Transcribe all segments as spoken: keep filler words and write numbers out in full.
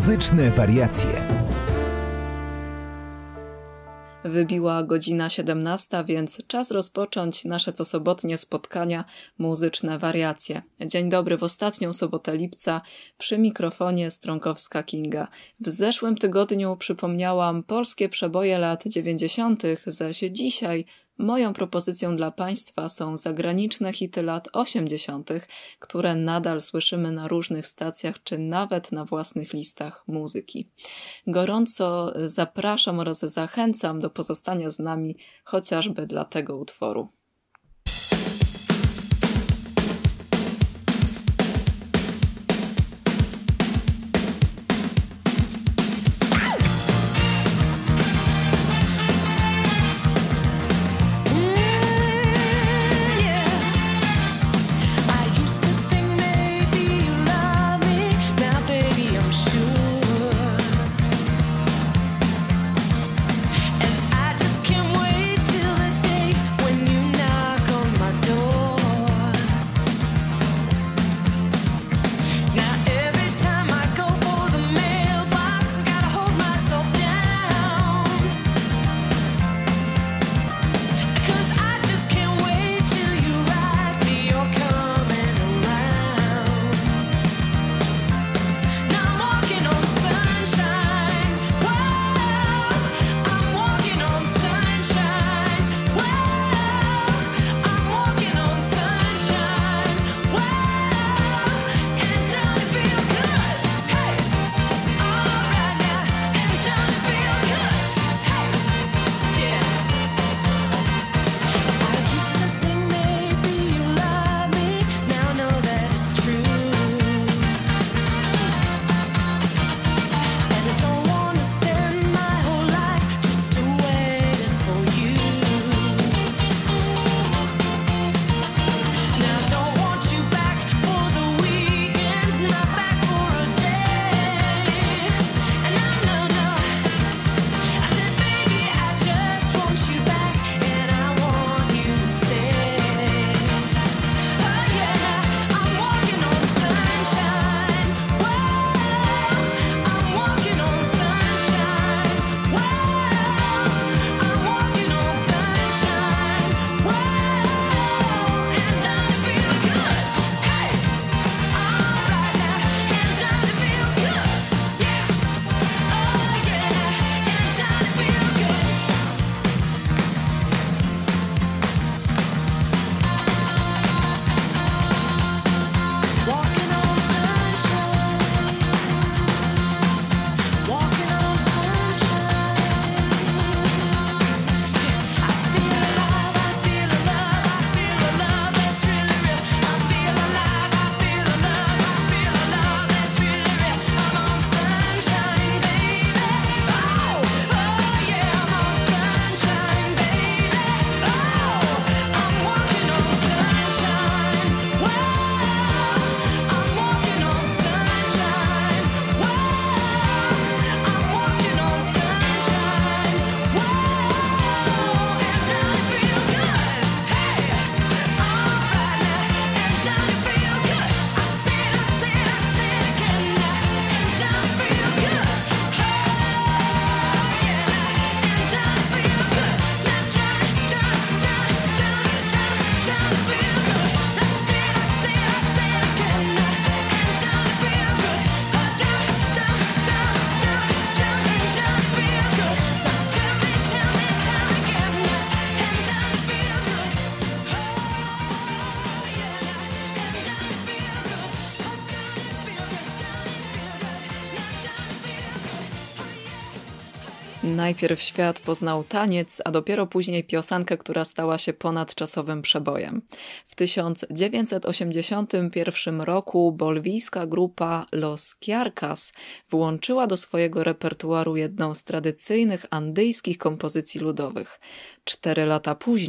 Muzyczne wariacje. Wybiła godzina siedemnasta, więc czas rozpocząć nasze cosobotnie spotkania Muzyczne wariacje. Dzień dobry w ostatnią sobotę lipca, przy mikrofonie Strąkowska Kinga. W zeszłym tygodniu przypomniałam polskie przeboje lat dziewięćdziesiątych, zaś dzisiaj moją propozycją dla Państwa są zagraniczne hity lat osiemdziesiątych, które nadal słyszymy na różnych stacjach czy nawet na własnych listach muzyki. Gorąco zapraszam oraz zachęcam do pozostania z nami chociażby dla tego utworu. Najpierw świat poznał taniec, a dopiero później piosenkę, która stała się ponadczasowym przebojem. W tysiąc dziewięćset osiemdziesiątym pierwszym roku boliwijska grupa Los Kiarkas włączyła do swojego repertuaru jedną z tradycyjnych andyjskich kompozycji ludowych. Cztery lata później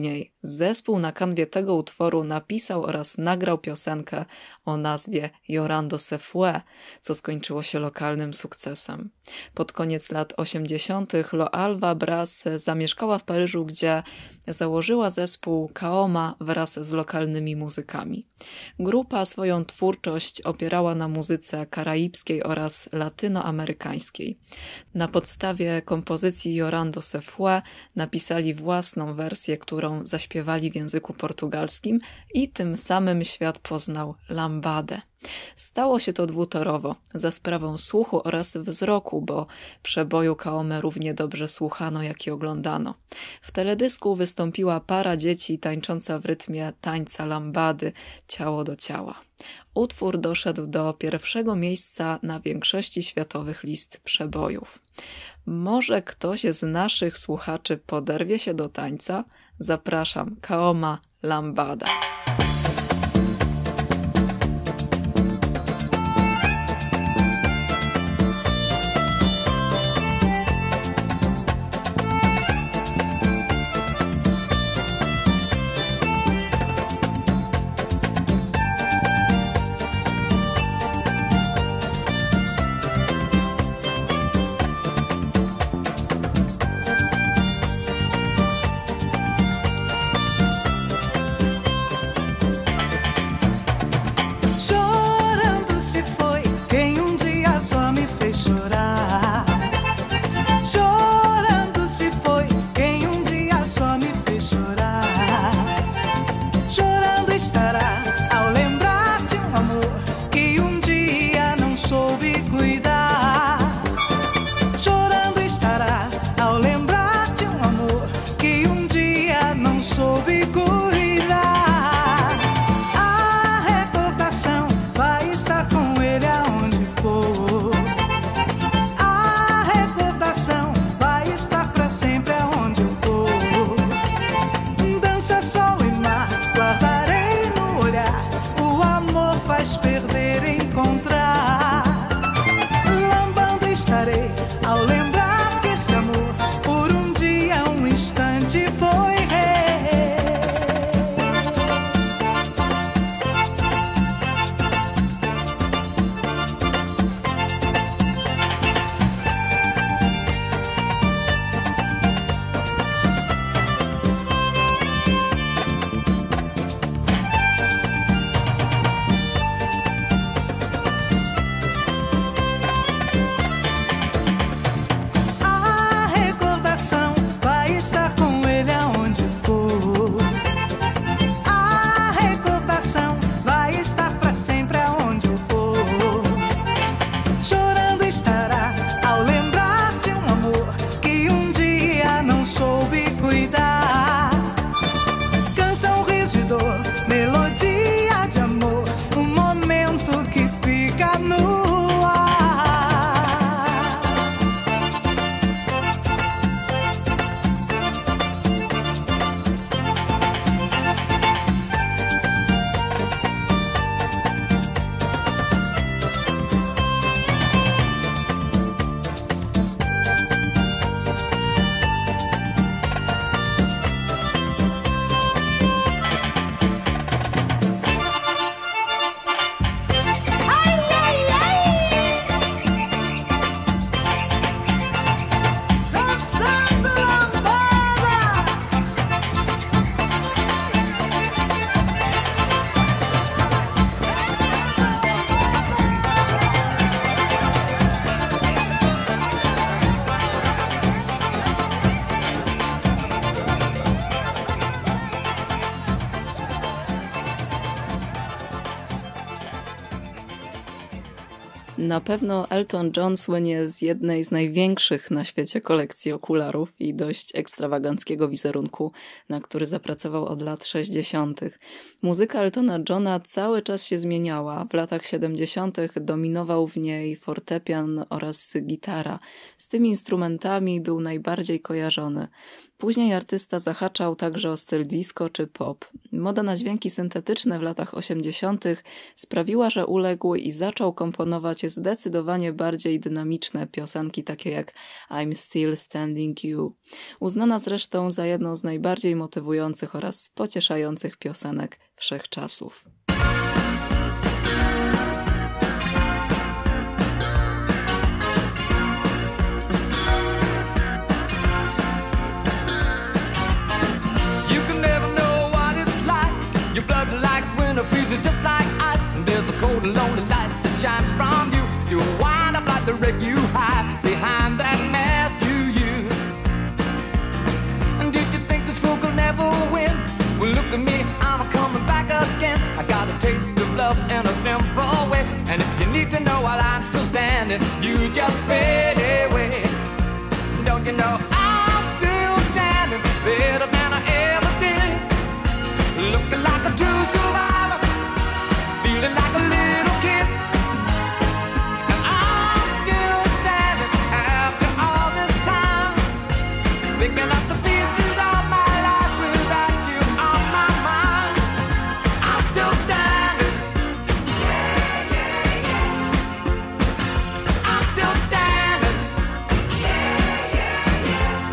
Zespół na kanwie tego utworu napisał oraz nagrał piosenkę o nazwie Llorando se fue, co skończyło się lokalnym sukcesem. Pod koniec lat osiemdziesiątych Lo Alba Brass zamieszkała w Paryżu, gdzie założyła zespół Kaoma wraz z lokalnymi muzykami. Grupa swoją twórczość opierała na muzyce karaibskiej oraz latynoamerykańskiej. Na podstawie kompozycji Llorando se fue napisali własną wersję, którą zaśpiewali w języku portugalskim i tym samym świat poznał lambadę. Stało się to dwutorowo, za sprawą słuchu oraz wzroku, bo przeboju Kaome równie dobrze słuchano, jak i oglądano. W teledysku wystąpiła para dzieci tańcząca w rytmie tańca lambady, ciało do ciała. Utwór doszedł do pierwszego miejsca na większości światowych list przebojów. Może ktoś z naszych słuchaczy poderwie się do tańca? Zapraszam, Kaoma Lambada. Na pewno Elton John słynie z jednej z największych na świecie kolekcji okularów i dość ekstrawaganckiego wizerunku, na który zapracował od lat sześćdziesiątych. Muzyka Eltona Johna cały czas się zmieniała. W latach siedemdziesiątych dominował w niej fortepian oraz gitara. Z tymi instrumentami był najbardziej kojarzony. Później artysta zahaczał także o styl disco czy pop. Moda na dźwięki syntetyczne w latach osiemdziesiątych sprawiła, że uległ i zaczął komponować zdecydowanie bardziej dynamiczne piosenki takie jak I'm Still Standing You, uznana zresztą za jedną z najbardziej motywujących oraz pocieszających piosenek wszechczasów. Your blood like winter freezes just like ice, and there's a cold and lonely light that shines from you. You wind up like the wreck you hide behind that mask you use. And did you think this fool could never win? Well, look at me, I'm coming back again. I got a taste of love in a simple way, and if you need to know while I'm still standing, you just fade away. Don't you know I'm still standing better than I ever did? Looking like a true survivor, feeling like a little kid. And I'm still standing after all this time, picking up the pieces of my life without you on my mind. I'm still standing, yeah, yeah, yeah. I'm still standing, yeah, yeah,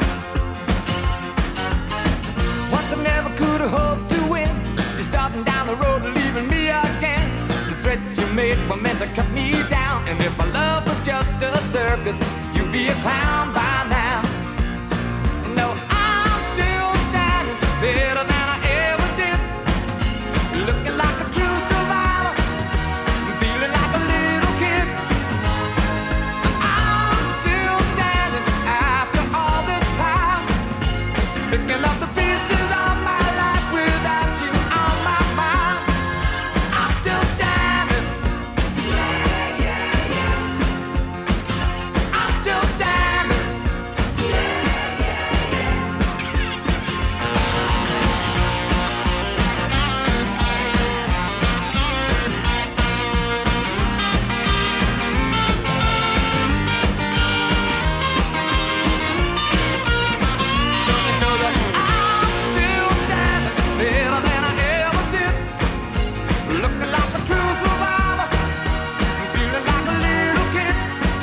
yeah. Once I never could have hoped to win. You're starting down the road and leaving me again. The threats you made were meant to cut me down, and if my love was just a circus, you'd be a clown by now. No, I'm still standing better than I ever did, looking like a true survivor, feeling like a little kid. I'm still standing after all this time, picking up the pieces of my life without you on my mind. I'm still standing, yeah, yeah, yeah. I'm still standing, yeah, yeah, yeah. Don't you know that I'm still standing better than I ever did, looking like a true survivor, feeling like a little kid.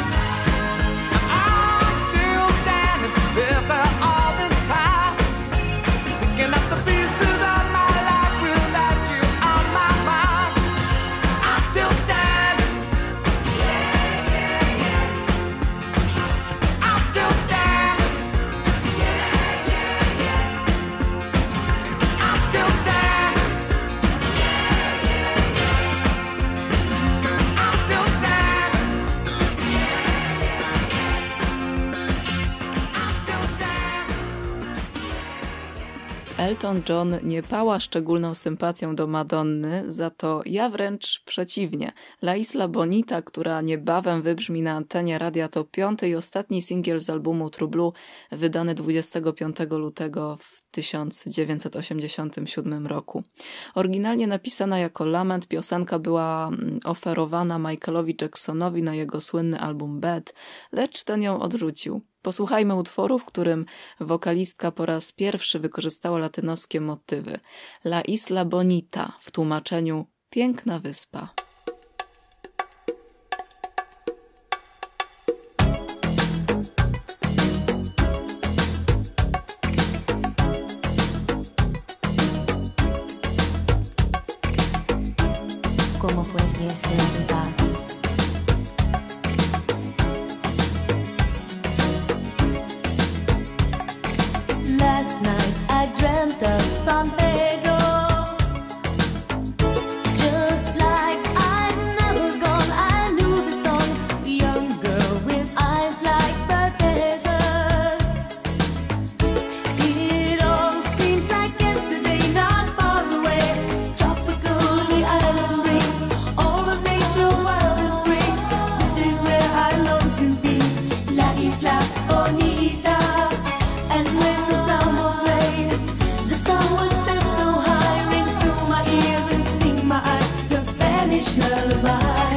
I'm still standing after all this time, picking up the pieces of my life without you on my mind. I'm still standing, yeah, yeah, yeah. I'm still standing, yeah, yeah, yeah. I'm still standing, yeah, yeah, yeah. I'm still standing, yeah, yeah, yeah. Elton John nie pała szczególną sympatią do Madonny, za to ja wręcz przeciwnie. La Isla Bonita, która niebawem wybrzmi na antenie radia, to piąty i ostatni singiel z albumu True Blue, wydany dwudziestego piątego lutego w tysiąc dziewięćset osiemdziesiątym siódmym roku. Oryginalnie napisana jako lament, piosenka była oferowana Michaelowi Jacksonowi na jego słynny album Bad, lecz ten ją odrzucił. Posłuchajmy utworu, w którym wokalistka po raz pierwszy wykorzystała latynoskie motywy. La Isla Bonita w tłumaczeniu Piękna Wyspa. ¿Cómo fue que se va? Last night I dreamt of San Pedro, just like I'd never gone. I knew the song, a young girl with eyes like the desert. It all seems like yesterday, not far away. Tropical, the island breeze, all of nature wild and free. This is where I long to be, La Isla Bonita. And when the summer played, the sun would set so high, ring through my ears and sting my eyes, your Spanish lullaby.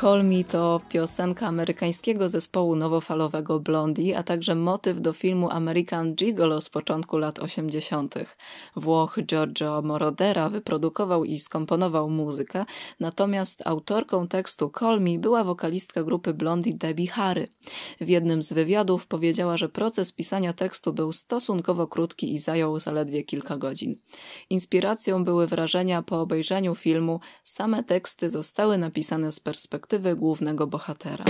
Call Me to piosenka amerykańskiego zespołu nowofalowego Blondie, a także motyw do filmu American Gigolo z początku lat osiemdziesiątych. Włoch Giorgio Moroder wyprodukował i skomponował muzykę, natomiast autorką tekstu Call Me była wokalistka grupy Blondie Debbie Harry. W jednym z wywiadów powiedziała, że proces pisania tekstu był stosunkowo krótki i zajął zaledwie kilka godzin. Inspiracją były wrażenia po obejrzeniu filmu, same teksty zostały napisane z perspektywy głównego bohatera.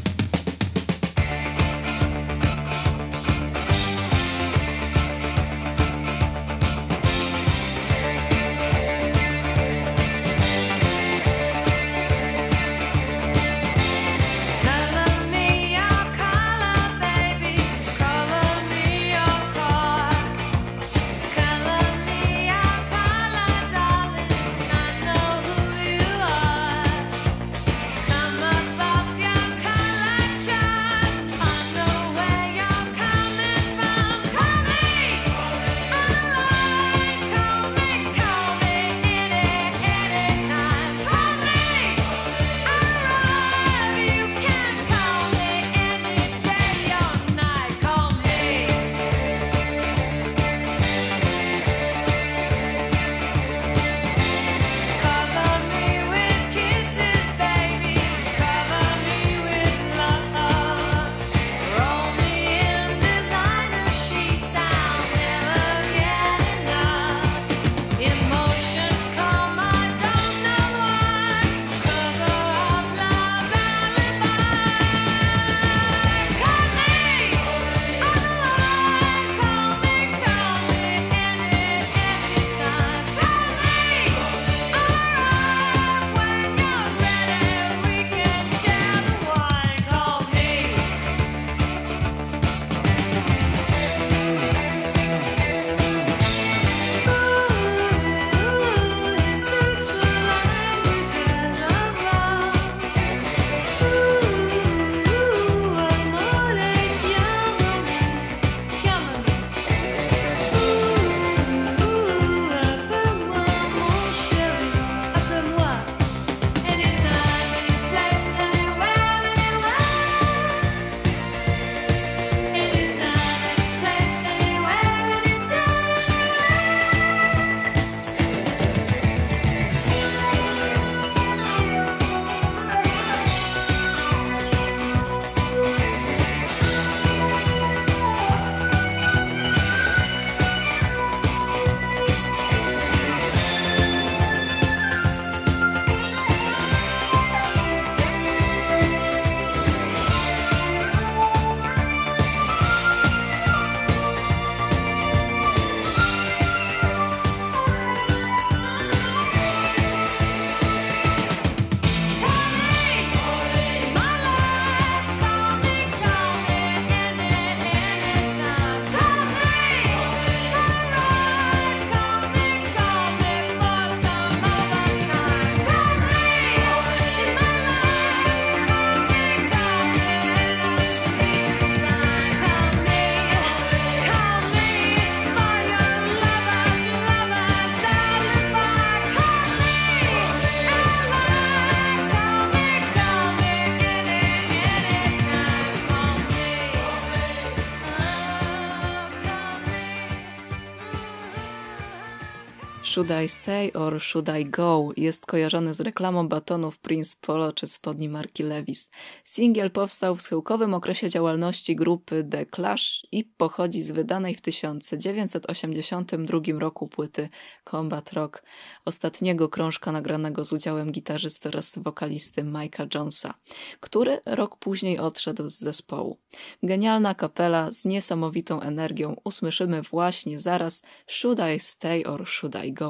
Should I Stay or Should I Go jest kojarzony z reklamą batonów Prince Polo czy spodni marki Levi's. Singiel powstał w schyłkowym okresie działalności grupy The Clash i pochodzi z wydanej w tysiąc dziewięćset osiemdziesiątym drugim roku płyty Combat Rock, ostatniego krążka nagranego z udziałem gitarzysty oraz wokalisty Mike'a Jonesa, który rok później odszedł z zespołu. Genialna kapela z niesamowitą energią usłyszymy właśnie zaraz Should I Stay or Should I Go.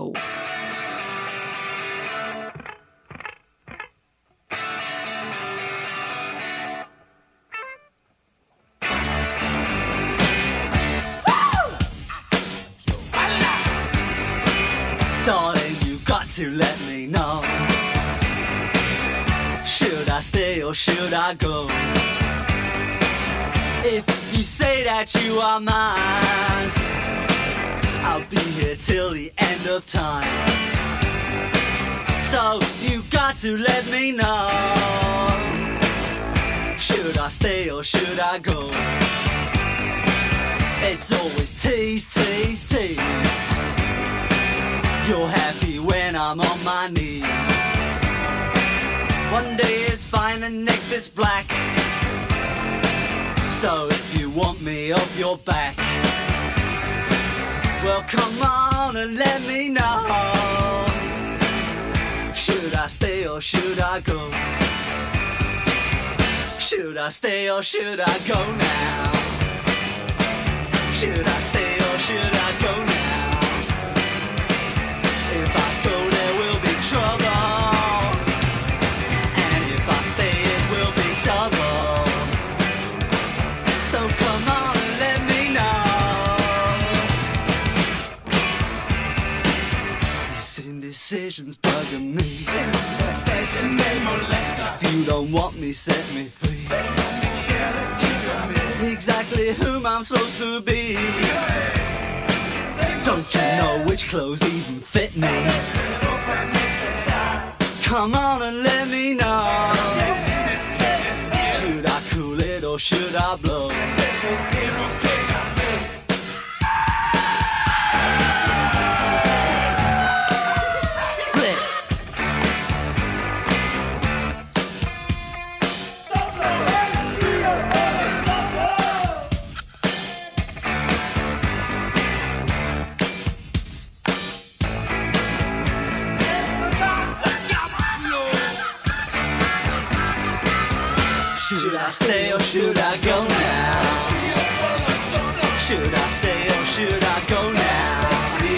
Darling, you got to let me know. Should I stay or should I go? If you say that you are mine, I'll be here till the end of time. So you got to let me know. Should I stay or should I go? It's always tease, tease, tease. You're happy when I'm on my knees. One day it's fine and next it's black. So if you want me off your back, well come on and let me know. Should I stay or should I go? Should I stay or should I go now? Should I stay or should I go now? If I go there will be trouble, and if I stay it will be double. So come on and let me know. This indecision's bugging me. If you don't want me, set me free. Exactly whom I'm supposed to be. Don't you know which clothes even fit me? Come on and let me know. Should I cool it or should I blow? Should I stay or should I go now? Should I stay or should I go now?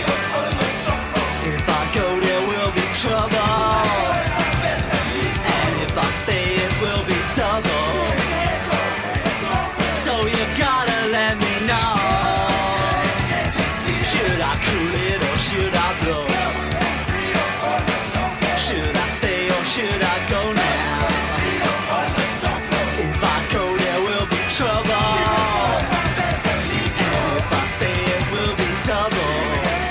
If I go there will be trouble, and if I stay it will be double. So you gotta let me know. Should I cool it or should I blow? Should I stay or should I go now? Trouble, and if I stay it will be double.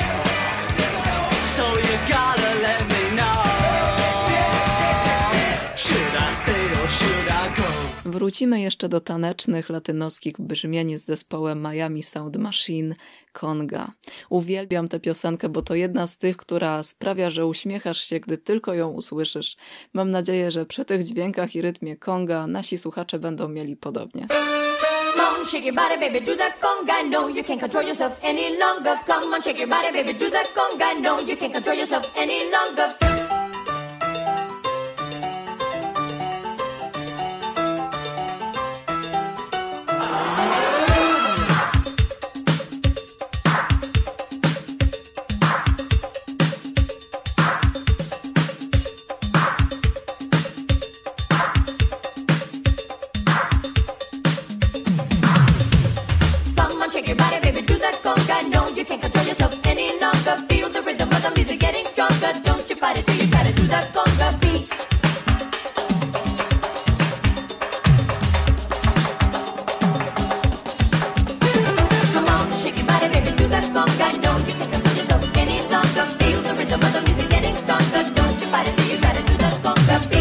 So you gotta let me know. Should I stay or should I go? Wrócimy jeszcze do tanecznych, latynoskich brzmień z zespołem Miami Sound Machine, Conga. Uwielbiam tę piosenkę, bo to jedna z tych, która sprawia, że uśmiechasz się, gdy tylko ją usłyszysz. Mam nadzieję, że przy tych dźwiękach i rytmie Conga nasi słuchacze będą mieli podobnie. Come on, shake your body, baby, do that conga. No, you can't control yourself any longer. Come on, shake your body, baby, do that conga. No, you can't control yourself any longer. Shake your body, baby, do that conga. No, you can't control yourself any longer. Feel the rhythm of the music getting stronger. Don't you fight it till you try to do that conga beat. Come on, shake your body, baby, do that conga. No, you can't control yourself any longer. Feel the rhythm of the music getting stronger. Don't you fight it till you try to do that conga beat.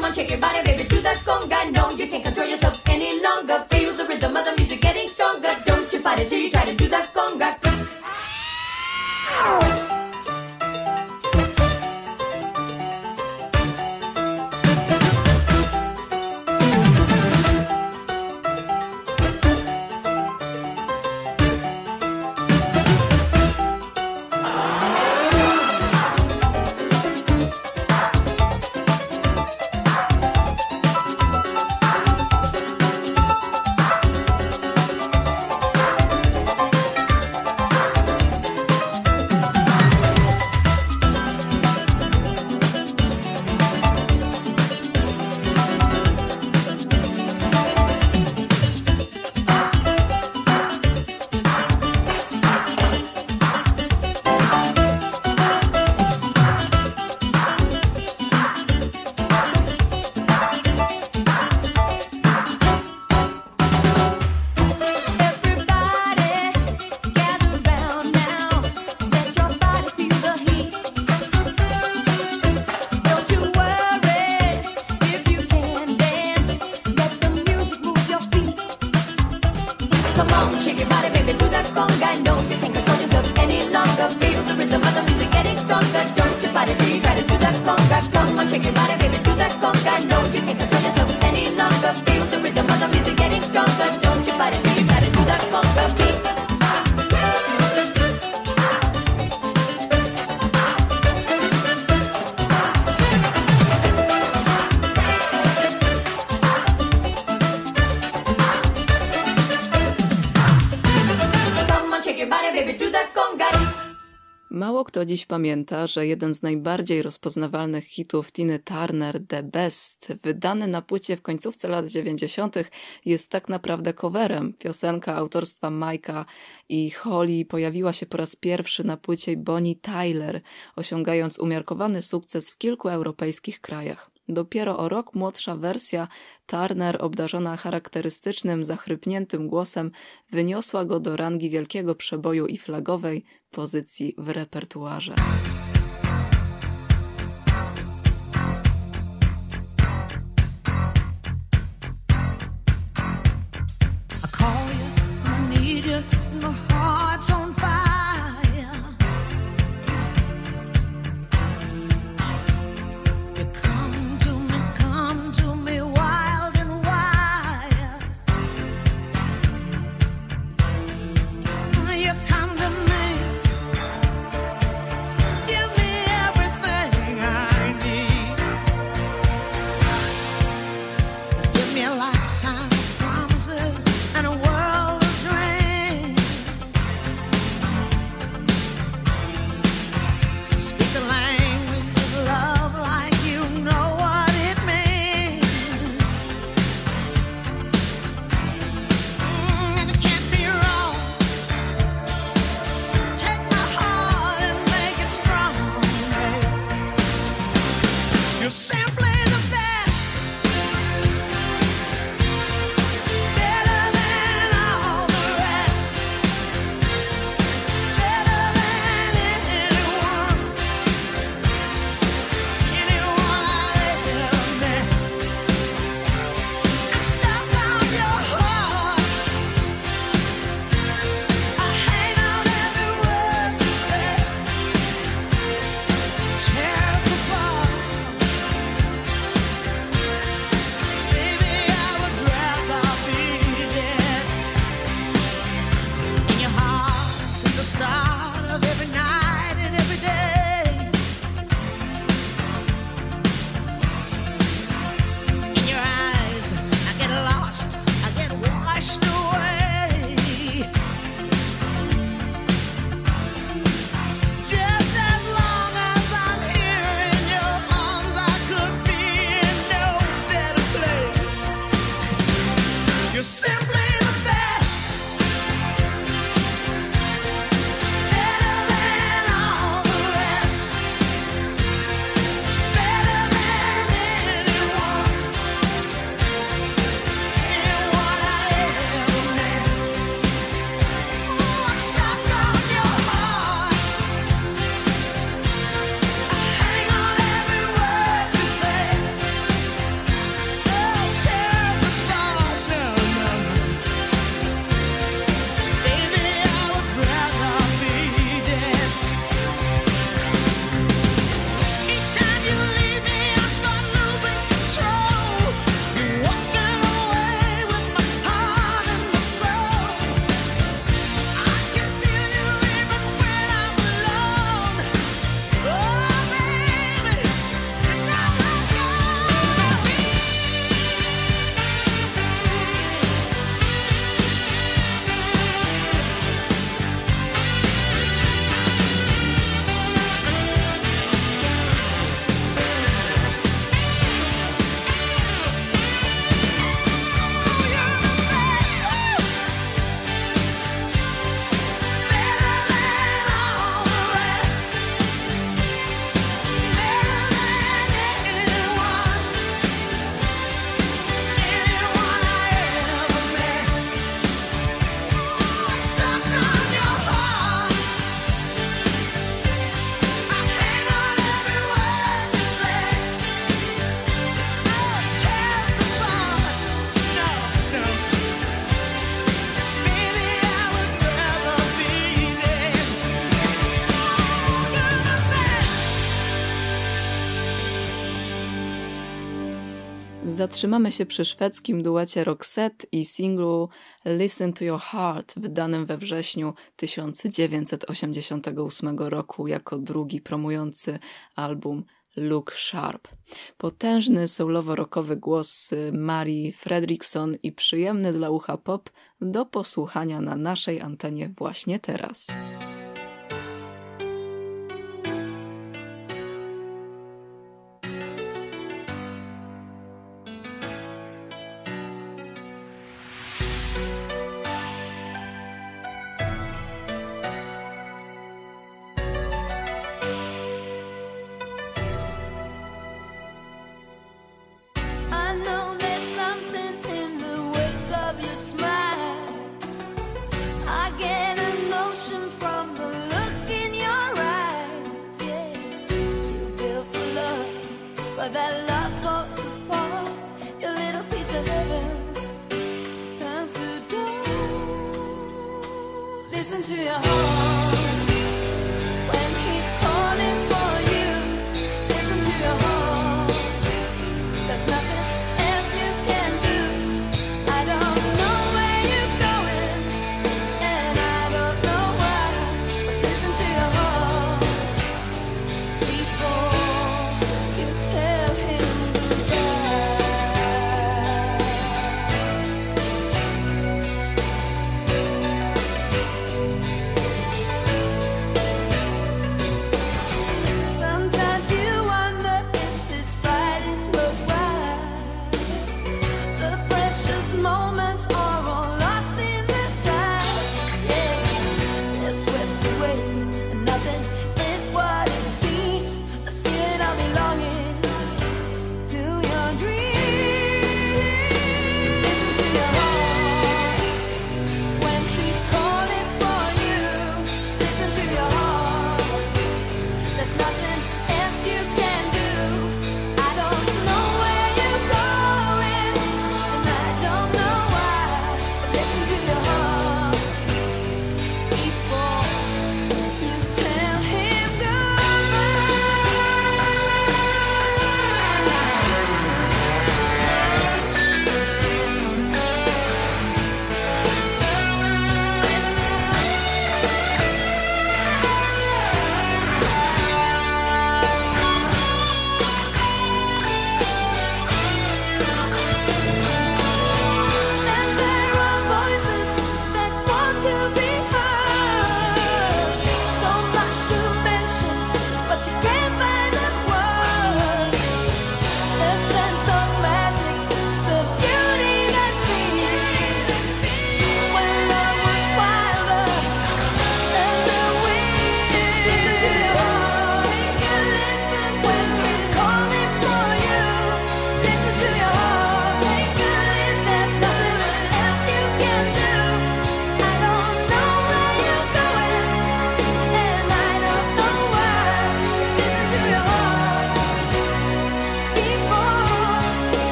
Come on, shake your body, baby, do that conga. No, you can't control yourself any longer. Feel the rhythm of the music getting stronger. Don't you fight it till you try to do that conga. Mało kto dziś pamięta, że jeden z najbardziej rozpoznawalnych hitów Tiny Turner, The Best, wydany na płycie w końcówce lat dziewięćdziesiątych, jest tak naprawdę coverem. Piosenka autorstwa Mike'a i Holly pojawiła się po raz pierwszy na płycie Bonnie Tyler, osiągając umiarkowany sukces w kilku europejskich krajach. Dopiero o rok młodsza wersja Turner, obdarzona charakterystycznym, zachrypniętym głosem, wyniosła go do rangi wielkiego przeboju i flagowej pozycji w repertuarze. You Zatrzymamy się przy szwedzkim duecie Roxette i singlu Listen to Your Heart, wydanym we wrześniu tysiąc dziewięćset osiemdziesiątego ósmego roku jako drugi promujący album Look Sharp. Potężny soulowo-rockowy głos Marii Fredriksson i przyjemny dla ucha pop do posłuchania na naszej antenie właśnie teraz. I know there's something in the wake of your smile. I get a notion from the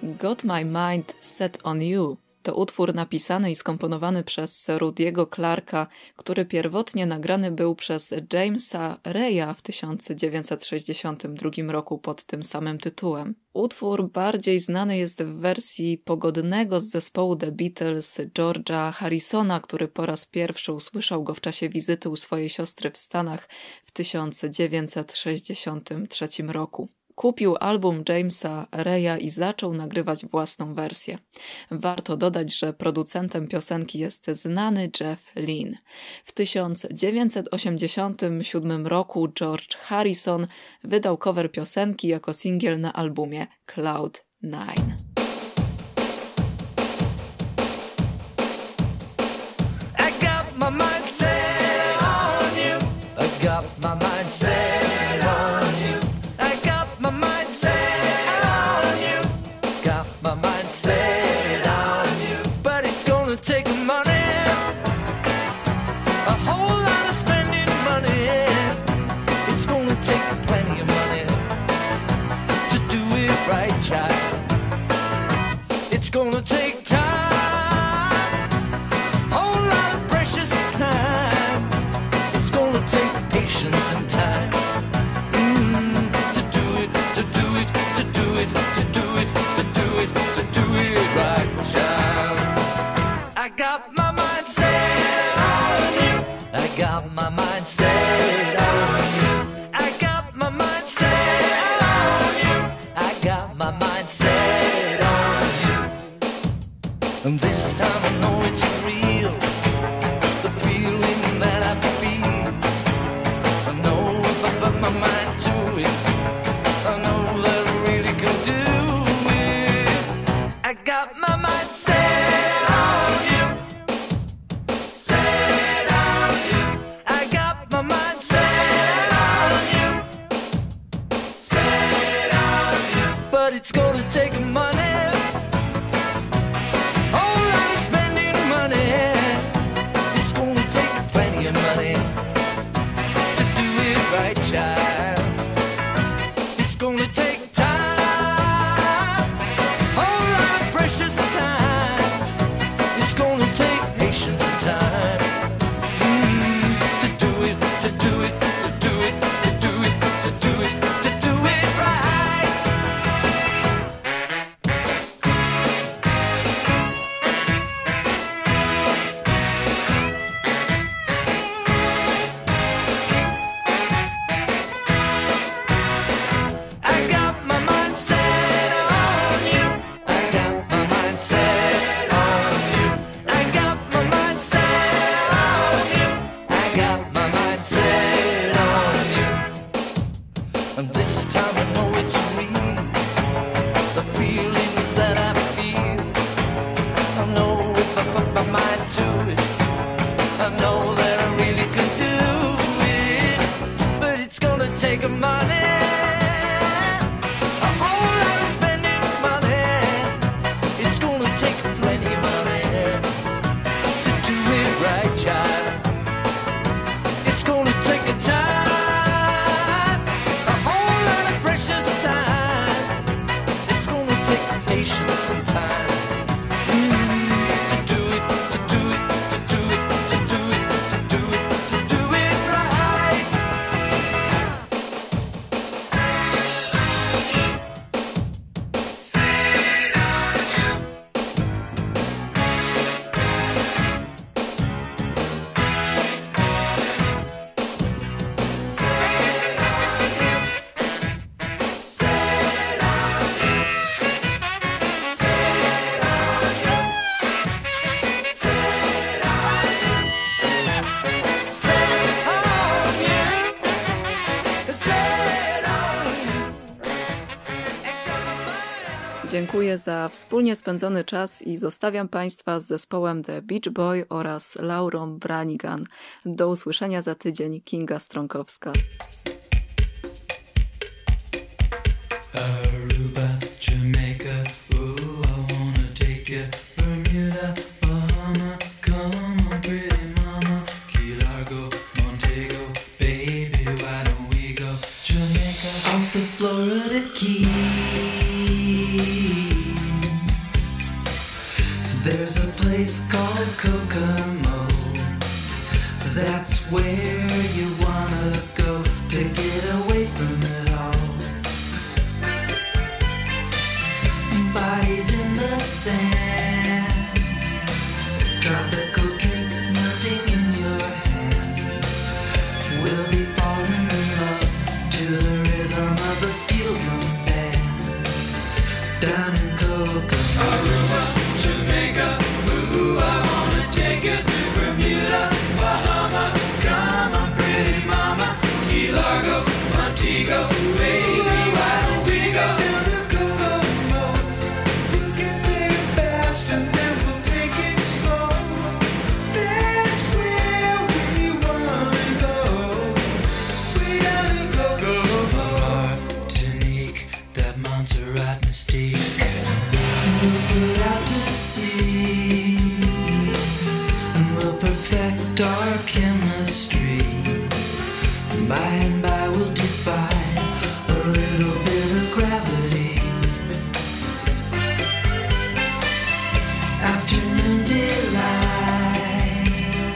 Got My Mind Set On You to utwór napisany i skomponowany przez Rudy'ego Clarka, który pierwotnie nagrany był przez Jamesa Raya w tysiąc dziewięćset sześćdziesiątym drugim roku pod tym samym tytułem. Utwór bardziej znany jest w wersji pogodnego z zespołu The Beatles George'a Harrisona, który po raz pierwszy usłyszał go w czasie wizyty u swojej siostry w Stanach w tysiąc dziewięćset sześćdziesiątym trzecim roku. Kupił album Jamesa Raya i zaczął nagrywać własną wersję. Warto dodać, że producentem piosenki jest znany Jeff Lynne. W tysiąc dziewięćset osiemdziesiątym siódmym roku George Harrison wydał cover piosenki jako singiel na albumie Cloud Nine. I got my mind set on you. I got my mind set on you. I got my mind set on you. Got my mind set on you. But it's gonna take money, a whole lot of spending money. It's gonna take plenty of money to do it right, child. It's gonna take time, whole lot of precious time. It's gonna take patience and time mm, to do it, to do it, to do it, to do it, to do it, to do it right, child. I got my mind set on you. I got my mind set on you. I got my mind set on you. I got my mind set on you. And this time I know it's real, the feeling that I feel. I know if I put my mind to it, I know that I really can do it. I got my mind set on you, set on you. I got my mind set on you, set on you. But it's gonna take money, whole lot of spending money. It's gonna take plenty of money to do it right, child. It's gonna take time, whole lot of precious time. It's gonna take patience and time mm, to do it, to do it, to do it, to do it, to do it, to do it right. I got my mind set on you. I got my mind set on you. I got my mind set on you. I got my mind set on you. And this time I know it's real, the feelings that I feel. I know if I put my mind to it, I know that I really can do it. But it's gonna take a money, a whole lot of spending money. It's gonna take plenty of money to do it right, child. It's gonna take a time, a whole lot of precious time. It's gonna take patience and time mm, to do it, to do it, to do it, to do it, to do it, to do it right. Dziękuję za wspólnie spędzony czas i zostawiam Państwa z zespołem The Beach Boy oraz Laurą Branigan. Do usłyszenia za tydzień. Kinga Stronkowska. Aruba, Jamaica, ooh, I wanna take you. Bermuda, Bahama, come on, pretty mama. Key Largo, Montego, baby, why don't we go? Jamaica, off the Florida Keys. There's a place called Kokomo. That's where you wanna go to get away from it all. Bodies in the sand, tropical drink melting in your hand. We'll be falling in love to the rhythm of a steel drum band. Down in Kokomo, Aruba, Jamaica, ooh, I wanna take you to Bermuda, Bahama, come on pretty mama, Key Largo, Montego, baby, why don't we go down to Kokomo? We can play fast and then we'll take it slow. That's where we wanna go. Way down to Kokomo. Martinique, that Montserrat mystique. We'll put out to sea and we'll perfect our chemistry. By and by we'll defy a little bit of gravity. Afternoon delight,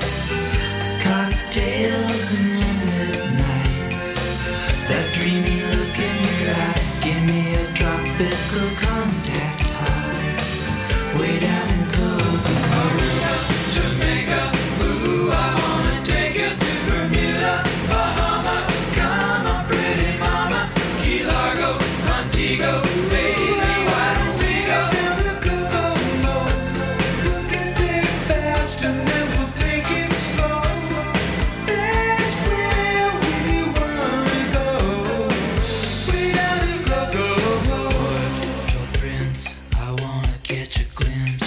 cocktails and moonlit nights. That dreamy look in your eye, give me a tropical contact high. Way down in Kokomo, Aruba, Jamaica, ooh, I wanna take you to Bermuda, Bahama, come on pretty mama, Key Largo, Montego, baby, why don't we go down to Kokomo? We can play fast and then we'll take it slow. That's where we wanna go. Way down to Kokomo. Port-au-Prince, I wanna catch a glimpse.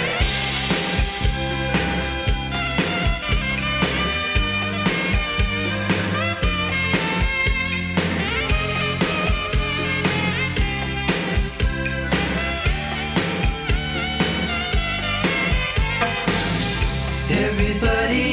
Everybody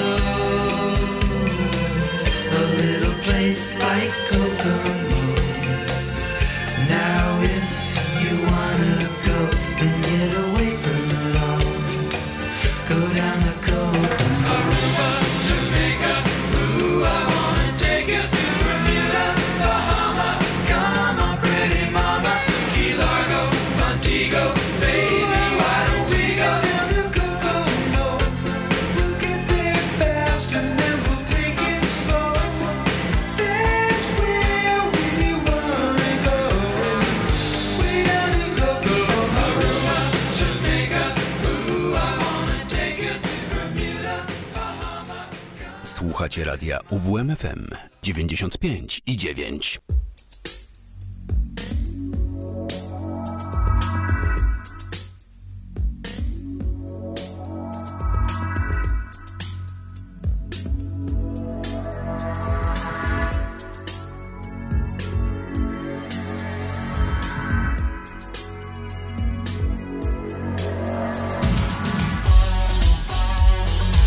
knows a little place like Kokomo. Now if you wanna go and get away from it all, go down to Kokomo. Aruba, Jamaica, ooh, I wanna take you to Bermuda, Bahama, come on pretty mama, Key Largo, Montego, baby, why don't we go down to Kokomo? We can play fast and then we'll take it slow. That's where we wanna go. Way down to Kokomo, Aruba, Jamaica, ooh, I wanna take you to Bermuda, Bahama. Słuchacie radia U W M F M dziewięćdziesiąt pięć i dziewięć.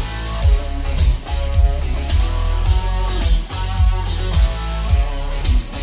Thank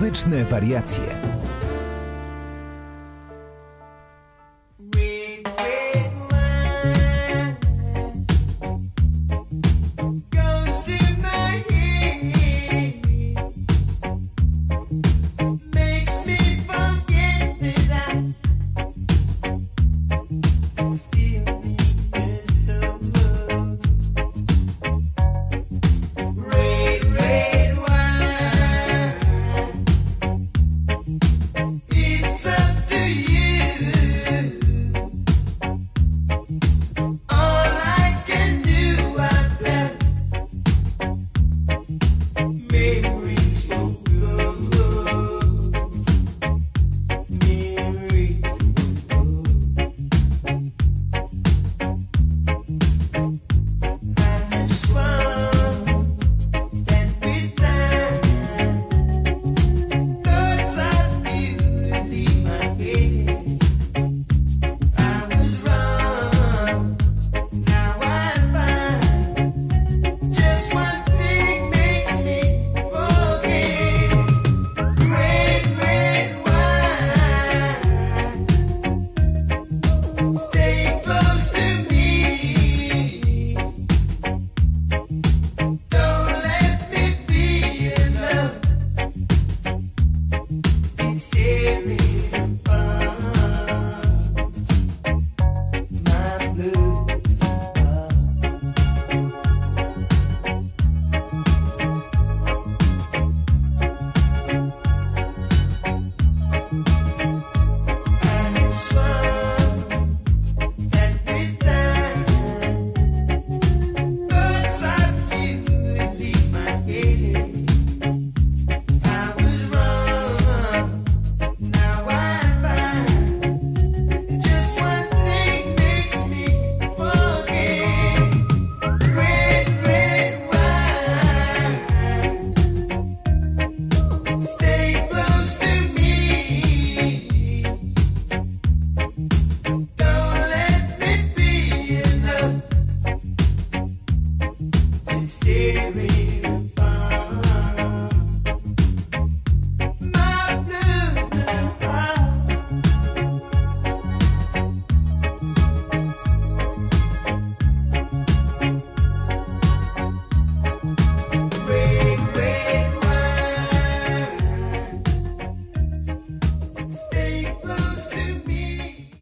Muzyczne wariacje.